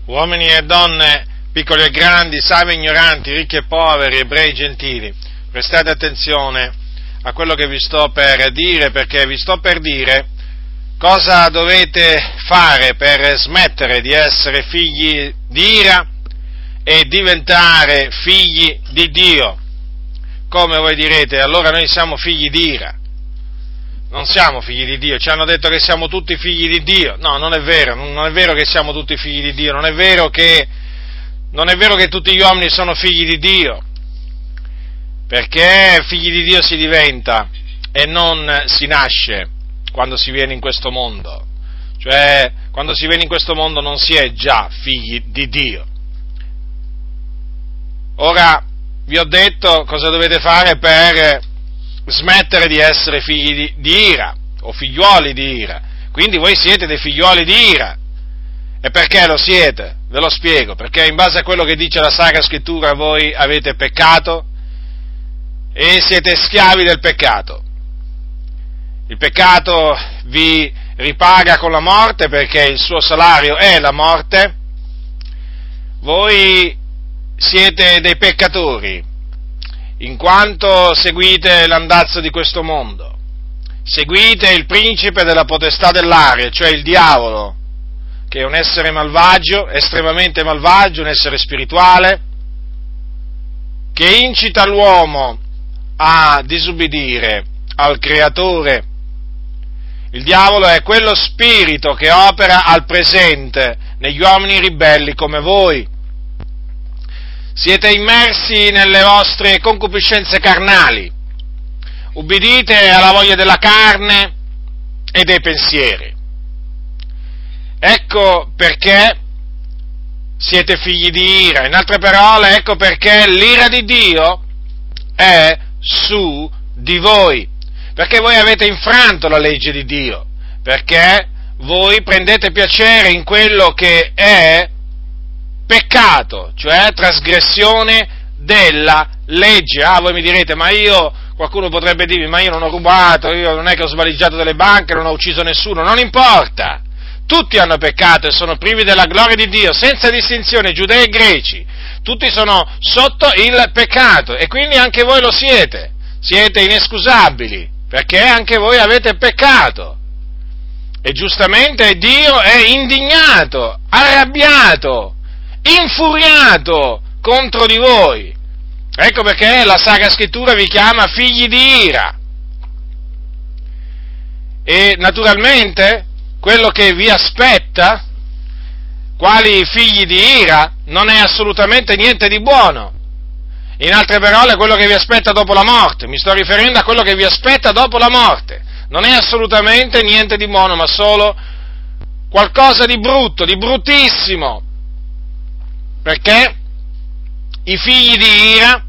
uomini e donne, piccoli e grandi, savi e ignoranti, ricchi e poveri, ebrei e gentili, prestate attenzione a quello che vi sto per dire, perché vi sto per dire cosa dovete fare per smettere di essere figli di ira e diventare figli di Dio. Come voi direte, allora noi siamo figli di ira. Non siamo figli di Dio, ci hanno detto che siamo tutti figli di Dio. No, non è vero che siamo tutti figli di Dio, non è vero che tutti gli uomini sono figli di Dio, perché figli di Dio si diventa e non si nasce quando si viene in questo mondo. Cioè, quando si viene in questo mondo non si è già figli di Dio. Ora, vi ho detto cosa dovete fare per smettere di essere figli di ira, o figliuoli di ira. Quindi voi siete dei figliuoli di ira. E perché lo siete? Ve lo spiego. Perché in base a quello che dice la Sacra Scrittura voi avete peccato e siete schiavi del peccato. Il peccato vi ripaga con la morte, perché il suo salario è la morte. Voi siete dei peccatori, in quanto seguite l'andazzo di questo mondo, seguite il principe della potestà dell'aria, cioè il diavolo, che è un essere malvagio, estremamente malvagio, un essere spirituale, che incita l'uomo a disubbidire al Creatore. Il diavolo è quello spirito che opera al presente negli uomini ribelli come voi. Siete immersi nelle vostre concupiscenze carnali, ubbidite alla voglia della carne e dei pensieri. Ecco perché siete figli di ira. In altre parole, ecco perché l'ira di Dio è su di voi. Perché voi avete infranto la legge di Dio. Perché voi prendete piacere in quello che è peccato, cioè trasgressione della legge. Voi mi direte, qualcuno potrebbe dirmi, ma io non ho rubato, io non è che ho svaligiato delle banche, non ho ucciso nessuno, non importa. Tutti hanno peccato e sono privi della gloria di Dio, senza distinzione, giudei e greci. Tutti sono sotto il peccato e quindi anche voi lo siete. Siete inescusabili, perché anche voi avete peccato. E giustamente Dio è indignato, arrabbiato, infuriato contro di voi. Ecco perché la Sacra Scrittura vi chiama figli di ira. E naturalmente quello che vi aspetta, quali figli di ira, non è assolutamente niente di buono. In altre parole, quello che vi aspetta dopo la morte, mi sto riferendo a quello che vi aspetta dopo la morte, non è assolutamente niente di buono, ma solo qualcosa di brutto, di bruttissimo. Perché i figli di ira,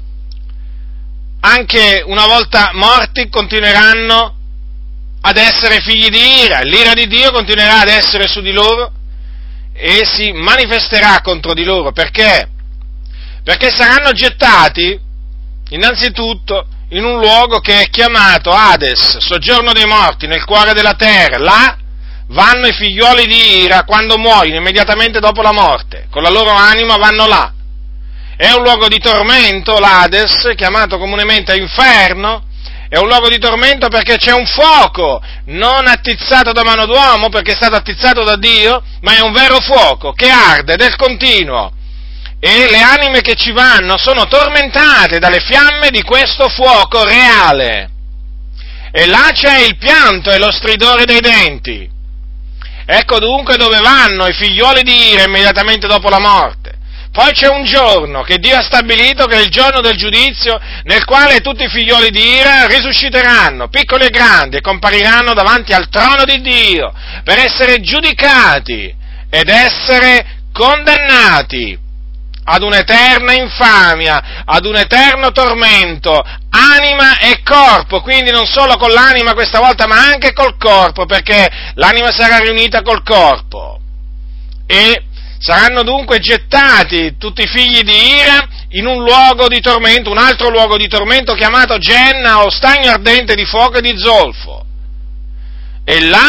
anche una volta morti, continueranno ad essere figli di ira, l'ira di Dio continuerà ad essere su di loro e si manifesterà contro di loro. Perché? Perché saranno gettati, innanzitutto, in un luogo che è chiamato Hades, soggiorno dei morti, nel cuore della terra. Là vanno i figlioli di ira quando muoiono, immediatamente dopo la morte, con la loro anima vanno là. È un luogo di tormento, l'Hades, chiamato comunemente inferno. È un luogo di tormento perché c'è un fuoco, non attizzato da mano d'uomo, perché è stato attizzato da Dio, ma è un vero fuoco che arde del continuo. E le anime che ci vanno sono tormentate dalle fiamme di questo fuoco reale. E là c'è il pianto e lo stridore dei denti. Ecco dunque dove vanno i figlioli di ira immediatamente dopo la morte. Poi c'è un giorno che Dio ha stabilito, che è il giorno del giudizio, nel quale tutti i figlioli di ira risusciteranno, piccoli e grandi, e compariranno davanti al trono di Dio per essere giudicati ed essere condannati ad un'eterna infamia, ad un eterno tormento, anima e corpo, quindi non solo con l'anima questa volta, ma anche col corpo, perché l'anima sarà riunita col corpo. E saranno dunque gettati tutti i figli di ira in un luogo di tormento, un altro luogo di tormento chiamato Genna, o stagno ardente di fuoco e di zolfo. E là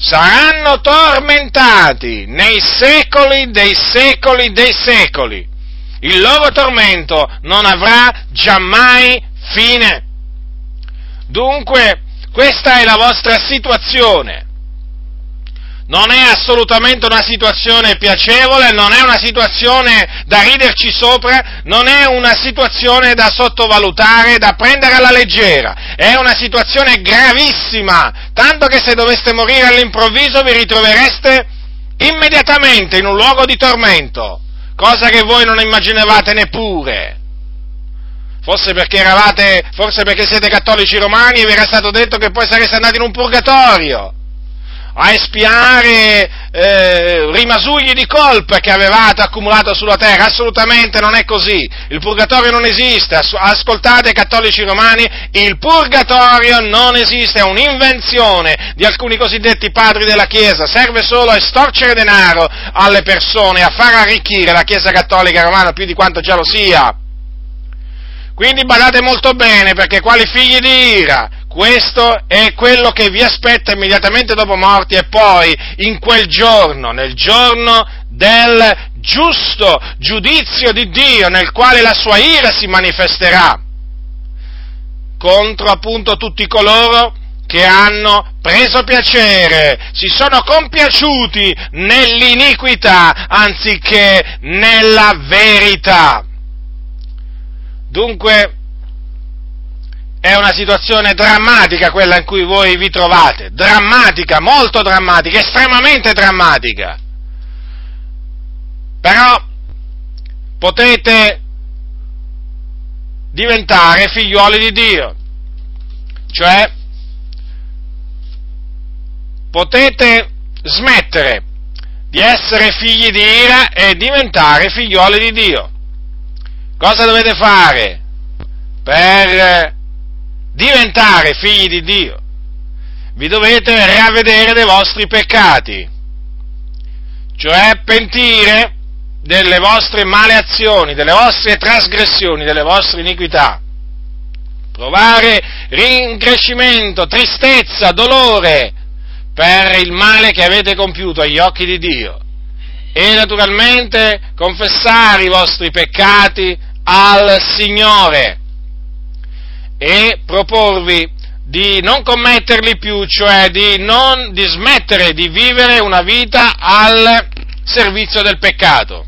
saranno tormentati nei secoli dei secoli dei secoli. Il loro tormento non avrà giammai fine. Dunque, questa è la vostra situazione. Non è assolutamente una situazione piacevole, non è una situazione da riderci sopra, non è una situazione da sottovalutare, da prendere alla leggera, è una situazione gravissima, tanto che se doveste morire all'improvviso vi ritrovereste immediatamente in un luogo di tormento, cosa che voi non immaginavate neppure. Forse perché siete cattolici romani e vi era stato detto che poi sareste andati in un purgatorio a espiare rimasugli di colpe che avevate accumulato sulla terra. Assolutamente non è così, il purgatorio non esiste, ascoltate cattolici romani, il purgatorio non esiste, è un'invenzione di alcuni cosiddetti padri della Chiesa, serve solo a estorcere denaro alle persone, a far arricchire la Chiesa cattolica romana più di quanto già lo sia. Quindi badate molto bene, perché quali figli di ira, questo è quello che vi aspetta immediatamente dopo morti e poi in quel giorno, nel giorno del giusto giudizio di Dio, nel quale la sua ira si manifesterà contro appunto tutti coloro che hanno preso piacere, si sono compiaciuti nell'iniquità anziché nella verità. Dunque, è una situazione drammatica quella in cui voi vi trovate, drammatica, molto drammatica, estremamente drammatica. Però potete diventare figliuoli di Dio, cioè potete smettere di essere figli di ira e diventare figliuoli di Dio. Cosa dovete fare per diventare figli di Dio? Vi dovete ravvedere dei vostri peccati, cioè pentire delle vostre male azioni, delle vostre trasgressioni, delle vostre iniquità, provare rincrescimento, tristezza, dolore per il male che avete compiuto agli occhi di Dio e naturalmente confessare i vostri peccati al Signore e proporvi di non commetterli più, cioè di smettere di vivere una vita al servizio del peccato.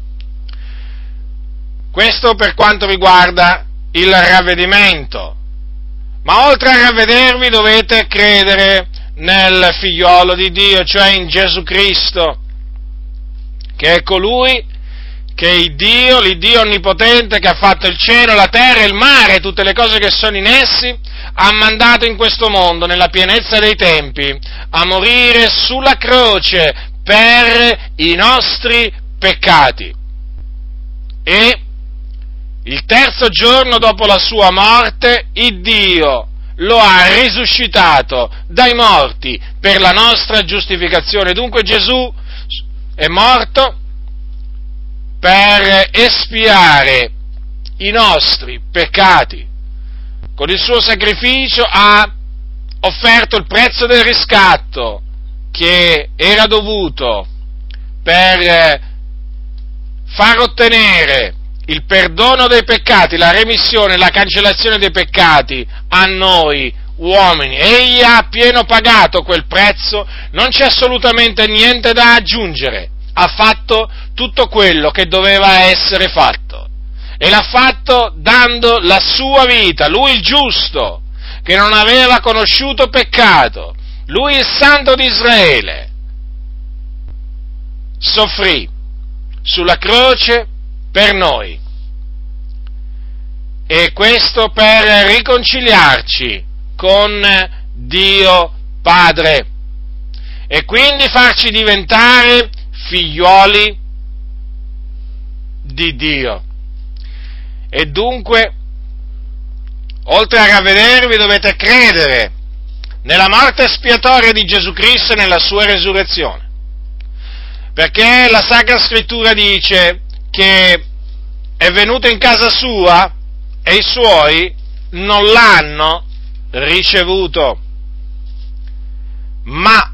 Questo per quanto riguarda il ravvedimento, ma oltre a ravvedervi dovete credere nel figliolo di Dio, cioè in Gesù Cristo, che è colui che l'Iddio onnipotente che ha fatto il cielo, la terra, il mare, tutte le cose che sono in essi, ha mandato in questo mondo, nella pienezza dei tempi, a morire sulla croce per i nostri peccati. E il terzo giorno dopo la sua morte, Iddio lo ha risuscitato dai morti per la nostra giustificazione. Dunque Gesù è morto per espiare i nostri peccati. Con il suo sacrificio ha offerto il prezzo del riscatto che era dovuto per far ottenere il perdono dei peccati, la remissione, la cancellazione dei peccati a noi uomini. Egli ha appieno pagato quel prezzo, non c'è assolutamente niente da aggiungere. Ha fatto tutto quello che doveva essere fatto e l'ha fatto dando la sua vita, lui il giusto, che non aveva conosciuto peccato, lui il santo di Israele, soffrì sulla croce per noi, e questo per riconciliarci con Dio Padre e quindi farci diventare figlioli di Dio. E dunque, oltre a ravvedervi, dovete credere nella morte espiatoria di Gesù Cristo e nella sua resurrezione, perché la Sacra Scrittura dice che è venuto in casa sua e i suoi non l'hanno ricevuto, ma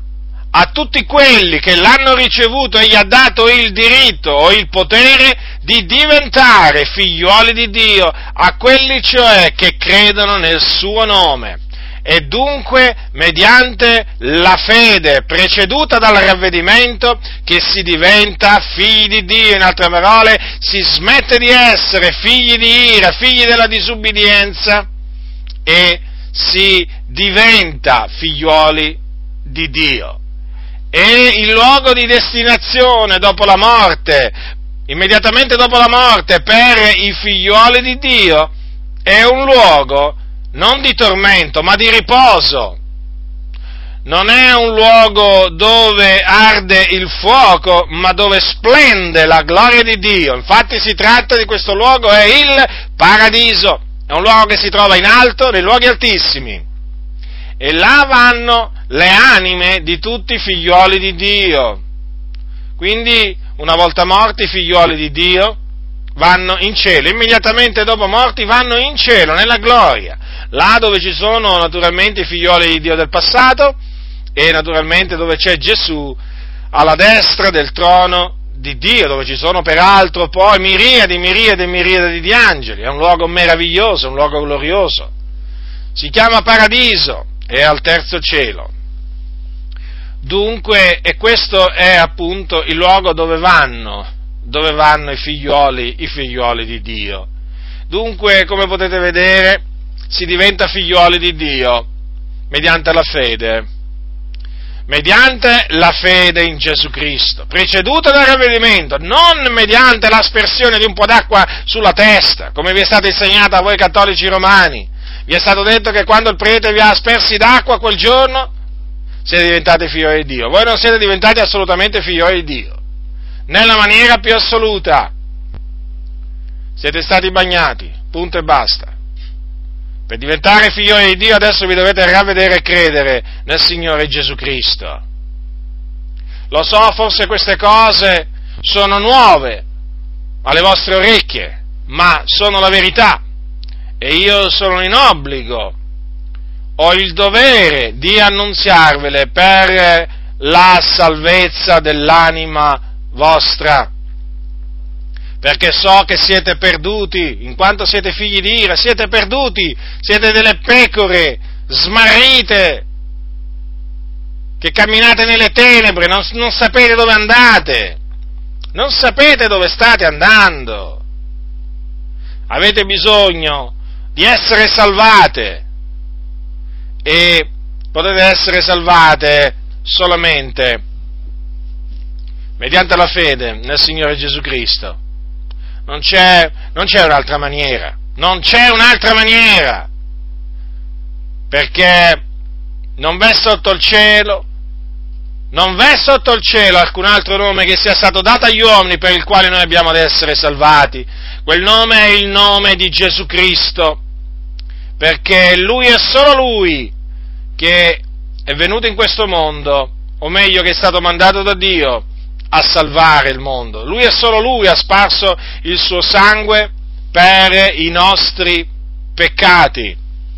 a tutti quelli che l'hanno ricevuto e gli ha dato il diritto o il potere di diventare figliuoli di Dio, a quelli cioè che credono nel suo nome. E dunque, mediante la fede preceduta dal ravvedimento, che si diventa figli di Dio, in altre parole, si smette di essere figli di ira, figli della disubbidienza, e si diventa figliuoli di Dio. E il luogo di destinazione dopo la morte, immediatamente dopo la morte, per i figliuoli di Dio, è un luogo non di tormento, ma di riposo. Non è un luogo dove arde il fuoco, ma dove splende la gloria di Dio. Infatti si tratta di questo luogo, è il paradiso. È un luogo che si trova in alto, nei luoghi altissimi. E là vanno le anime di tutti i figlioli di Dio. Quindi, una volta morti i figlioli di Dio, vanno in cielo. Immediatamente dopo morti vanno in cielo, nella gloria. Là dove ci sono naturalmente i figlioli di Dio del passato e naturalmente dove c'è Gesù alla destra del trono di Dio, dove ci sono peraltro poi miriadi di angeli. È un luogo meraviglioso, un luogo glorioso. Si chiama paradiso, è al terzo cielo. Dunque, e questo è appunto il luogo dove vanno i figlioli di Dio. Dunque, come potete vedere, si diventa figlioli di Dio mediante la fede in Gesù Cristo, preceduta dal ravvedimento, non mediante l'aspersione di un po' d'acqua sulla testa, come vi è stato insegnato a voi cattolici romani. Vi è stato detto che quando il prete vi ha aspersi d'acqua quel giorno, siete diventati figlioli di Dio. Voi non siete diventati assolutamente figlioli di Dio, nella maniera più assoluta. Siete stati bagnati, punto e basta. Per diventare figlioli di Dio adesso vi dovete ravvedere e credere nel Signore Gesù Cristo. Lo so, forse queste cose sono nuove alle vostre orecchie, ma sono la verità. E io sono in obbligo, ho il dovere di annunziarvele per la salvezza dell'anima vostra. Perché so che siete perduti, in quanto siete figli di ira, siete perduti, siete delle pecore smarrite, che camminate nelle tenebre, non sapete dove andate, non sapete dove state andando. Avete bisogno di essere salvate, e potete essere salvate solamente mediante la fede nel Signore Gesù Cristo. Non c'è un'altra maniera, perché non v'è sotto il cielo alcun altro nome che sia stato dato agli uomini per il quale noi abbiamo ad essere salvati. Quel nome è il nome di Gesù Cristo, perché Lui è solo Lui che è venuto in questo mondo, o meglio che è stato mandato da Dio a salvare il mondo. Lui è solo Lui, ha sparso il suo sangue per i nostri peccati.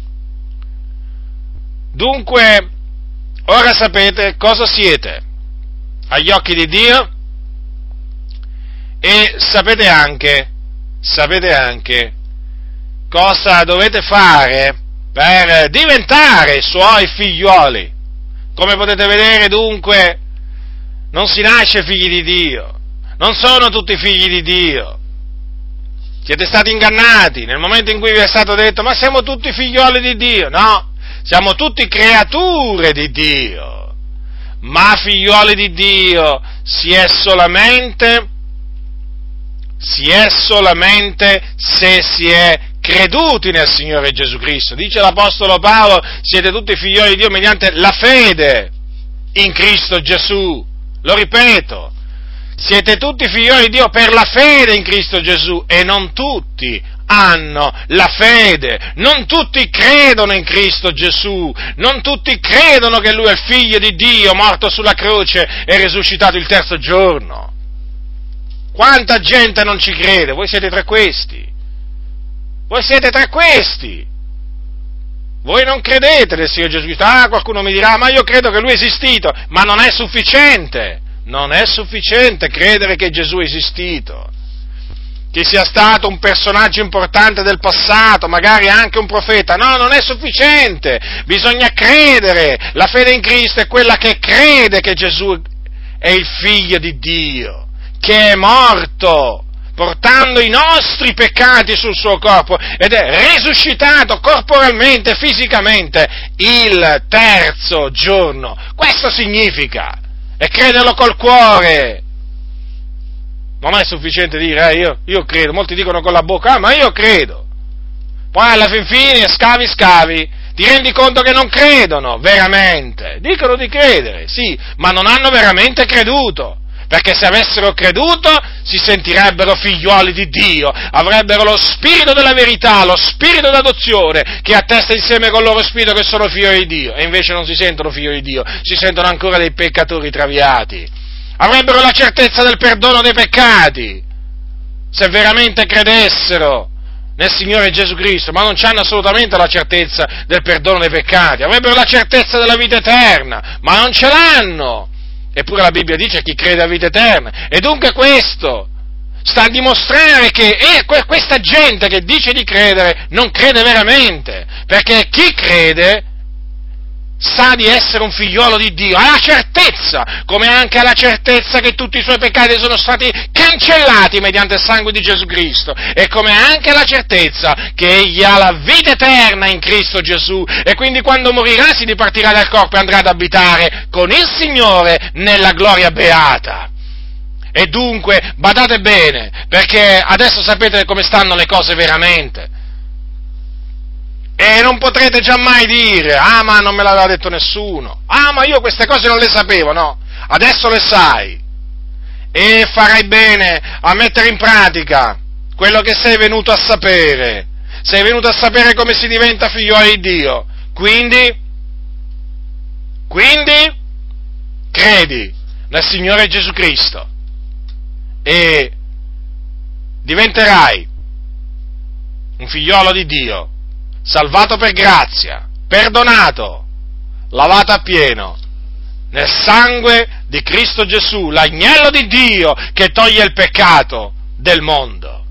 Dunque, ora sapete cosa siete agli occhi di Dio e sapete anche cosa dovete fare per diventare Suoi figlioli. Come potete vedere, dunque, non si nasce figli di Dio, non sono tutti figli di Dio. Siete stati ingannati nel momento in cui vi è stato detto: ma siamo tutti figlioli di Dio. No, siamo tutti creature di Dio, ma figlioli di Dio si è solamente se si è creduti nel Signore Gesù Cristo. Dice l'Apostolo Paolo: siete tutti figlioli di Dio mediante la fede in Cristo Gesù. Lo ripeto, siete tutti figlioli di Dio per la fede in Cristo Gesù, e non tutti hanno la fede, non tutti credono in Cristo Gesù, non tutti credono che Lui è il Figlio di Dio, morto sulla croce e risuscitato il terzo giorno. Quanta gente non ci crede? Voi siete tra questi. Voi non credete nel Signore Gesù Cristo. Qualcuno mi dirà, ma io credo che Lui è esistito, ma non è sufficiente. Non è sufficiente credere che Gesù è esistito, che sia stato un personaggio importante del passato, magari anche un profeta. No, non è sufficiente. Bisogna credere. La fede in Cristo è quella che crede che Gesù è il Figlio di Dio, che è morto, portando i nostri peccati sul suo corpo, ed è risuscitato corporalmente, fisicamente, il terzo giorno. Questo significa, e crederlo col cuore. Non è sufficiente dire, io credo, molti dicono con la bocca, ma io credo. Poi alla fin fine, scavi, ti rendi conto che non credono veramente. Dicono di credere, sì, ma non hanno veramente creduto. Perché se avessero creduto si sentirebbero figliuoli di Dio, avrebbero lo spirito della verità, lo spirito d'adozione, che attesta insieme con il loro spirito che sono figli di Dio, e invece non si sentono figli di Dio, si sentono ancora dei peccatori traviati. Avrebbero la certezza del perdono dei peccati, se veramente credessero nel Signore Gesù Cristo, ma non hanno assolutamente la certezza del perdono dei peccati. Avrebbero la certezza della vita eterna, ma non ce l'hanno. Eppure la Bibbia dice chi crede a vita eterna. E dunque questo sta a dimostrare che questa gente che dice di credere non crede veramente, perché chi crede sa di essere un figliolo di Dio, ha la certezza, come anche ha la certezza che tutti i suoi peccati sono stati cancellati mediante il sangue di Gesù Cristo, e come anche la certezza che egli ha la vita eterna in Cristo Gesù, e quindi quando morirà si dipartirà dal corpo e andrà ad abitare con il Signore nella gloria beata. E dunque, badate bene, perché adesso sapete come stanno le cose veramente. E non potrete giammai dire, ma non me l'aveva detto nessuno, ma io queste cose non le sapevo, no, adesso le sai, e farai bene a mettere in pratica quello che sei venuto a sapere come si diventa figlioli di Dio, quindi, credi nel Signore Gesù Cristo, e diventerai un figliolo di Dio, salvato per grazia, perdonato, lavato appieno nel sangue di Cristo Gesù, l'agnello di Dio che toglie il peccato del mondo.